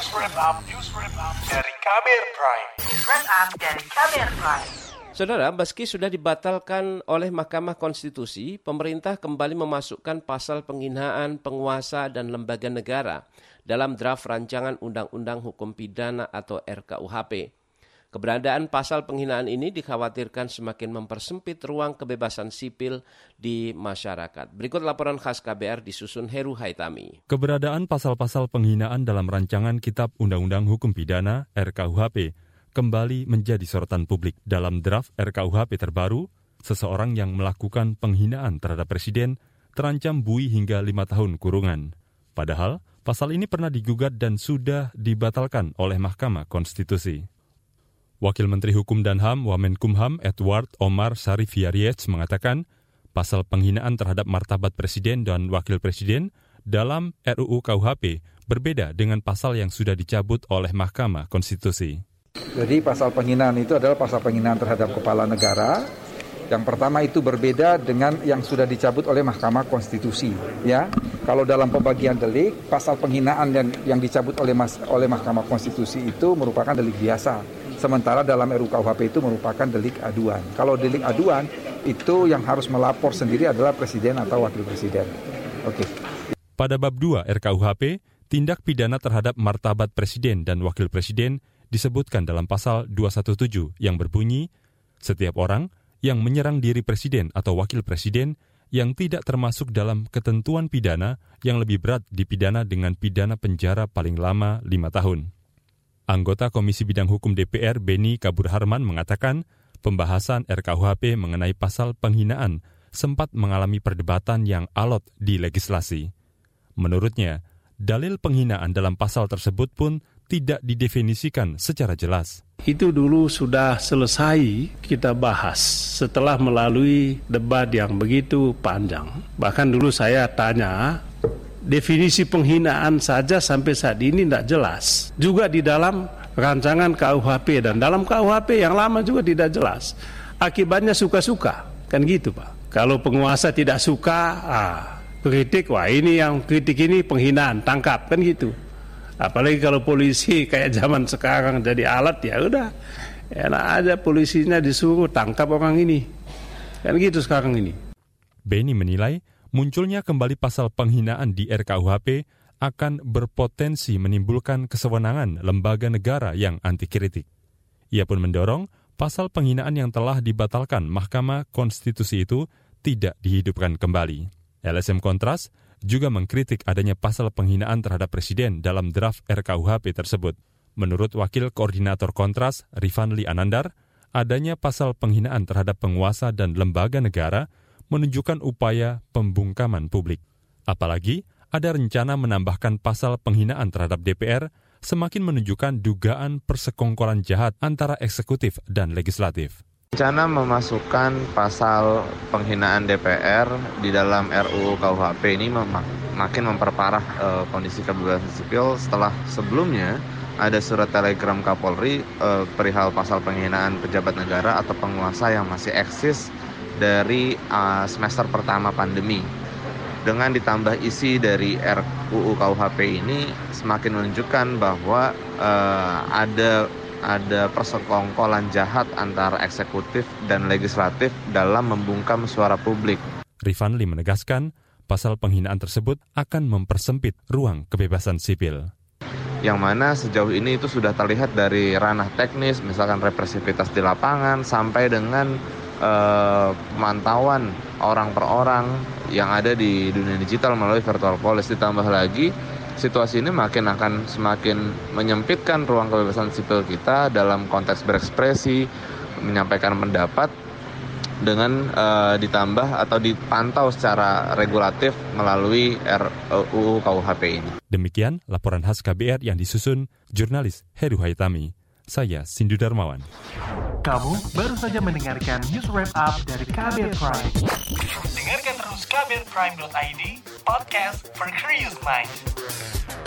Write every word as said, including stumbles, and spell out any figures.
News Wrap Up, News Wrap Up dari Kamer Prime. News Wrap Up dari Kamer Prime. Saudara, meski sudah dibatalkan oleh Mahkamah Konstitusi, pemerintah kembali memasukkan pasal penghinaan penguasa dan lembaga negara dalam draft rancangan Undang-Undang Hukum Pidana atau R K U H P. Keberadaan pasal penghinaan ini dikhawatirkan semakin mempersempit ruang kebebasan sipil di masyarakat. Berikut laporan khas K B R disusun Heru Haitami. Keberadaan pasal-pasal penghinaan dalam rancangan Kitab Undang-Undang Hukum Pidana R K U H P kembali menjadi sorotan publik. Dalam draft R K U H P terbaru, seseorang yang melakukan penghinaan terhadap presiden terancam buih hingga lima tahun kurungan. Padahal, pasal ini pernah digugat dan sudah dibatalkan oleh Mahkamah Konstitusi. Wakil Menteri Hukum dan H A M Wamenkumham Edward Omar Sarifyariech mengatakan pasal penghinaan terhadap martabat presiden dan wakil presiden dalam R U U K U H P berbeda dengan pasal yang sudah dicabut oleh Mahkamah Konstitusi. Jadi pasal penghinaan itu adalah pasal penghinaan terhadap kepala negara. Yang pertama itu berbeda dengan yang sudah dicabut oleh Mahkamah Konstitusi. Ya, kalau dalam pembagian delik, pasal penghinaan yang, yang dicabut oleh mas, oleh Mahkamah Konstitusi itu merupakan delik biasa. Sementara dalam R U U K U H P itu merupakan delik aduan. Kalau delik aduan itu yang harus melapor sendiri adalah presiden atau wakil presiden. Oke. Pada bab dua R K U H P, tindak pidana terhadap martabat presiden dan wakil presiden disebutkan dalam pasal dua ratus tujuh belas yang berbunyi, setiap orang yang menyerang diri presiden atau wakil presiden yang tidak termasuk dalam ketentuan pidana yang lebih berat dipidana dengan pidana penjara paling lama lima tahun. Anggota Komisi Bidang Hukum D P R Beni Kabur Harman mengatakan pembahasan R K U H P mengenai pasal penghinaan sempat mengalami perdebatan yang alot di legislasi. Menurutnya, dalil penghinaan dalam pasal tersebut pun tidak didefinisikan secara jelas. Itu dulu sudah selesai kita bahas setelah melalui debat yang begitu panjang. Bahkan dulu saya tanya, definisi penghinaan saja sampai saat ini tidak jelas. Juga di dalam rancangan K U H P dan dalam K U H P yang lama juga tidak jelas. Akibatnya suka-suka, kan gitu Pak. Kalau penguasa tidak suka, ah, kritik, wah ini yang kritik ini penghinaan, tangkap, kan gitu. Apalagi kalau polisi kayak zaman sekarang jadi alat, ya udah enak aja polisinya disuruh tangkap orang ini. Kan gitu sekarang ini. Beni menilai munculnya kembali pasal penghinaan di R K U H P akan berpotensi menimbulkan kesewenangan lembaga negara yang anti kritik. Ia pun mendorong pasal penghinaan yang telah dibatalkan Mahkamah Konstitusi itu tidak dihidupkan kembali. L S M Kontras juga mengkritik adanya pasal penghinaan terhadap presiden dalam draft R K U H P tersebut. Menurut Wakil Koordinator Kontras, Rifanli Anandar, adanya pasal penghinaan terhadap penguasa dan lembaga negara menunjukkan upaya pembungkaman publik. Apalagi ada rencana menambahkan pasal penghinaan terhadap D P R semakin menunjukkan dugaan persekongkolan jahat antara eksekutif dan legislatif. Rencana memasukkan pasal penghinaan D P R di dalam R U U K U H P ini memak- makin memperparah uh, kondisi kebebasan sipil setelah sebelumnya ada surat telegram Kapolri uh, perihal pasal penghinaan pejabat negara atau penguasa yang masih eksis dari uh, semester pertama pandemi. Dengan ditambah isi dari R U U K U H P ini semakin menunjukkan bahwa uh, ada ada persekongkolan jahat antara eksekutif dan legislatif dalam membungkam suara publik. Rifanli menegaskan pasal penghinaan tersebut akan mempersempit ruang kebebasan sipil. Yang mana sejauh ini itu sudah terlihat dari ranah teknis, misalkan represivitas di lapangan, sampai dengan uh, pemantauan orang per orang yang ada di dunia digital melalui virtual police. Ditambah lagi, situasi ini makin akan semakin menyempitkan ruang kebebasan sipil kita dalam konteks berekspresi, menyampaikan pendapat, dengan uh, ditambah atau dipantau secara regulatif melalui R U U K U H P ini. Demikian laporan khas K B R yang disusun jurnalis Heru Haitami. Saya Sindu Darmawan. Kamu baru saja mendengarkan News Wrap Up dari K B R Prime. Dengarkan terus K B R Prime dot I D, podcast for curious mind.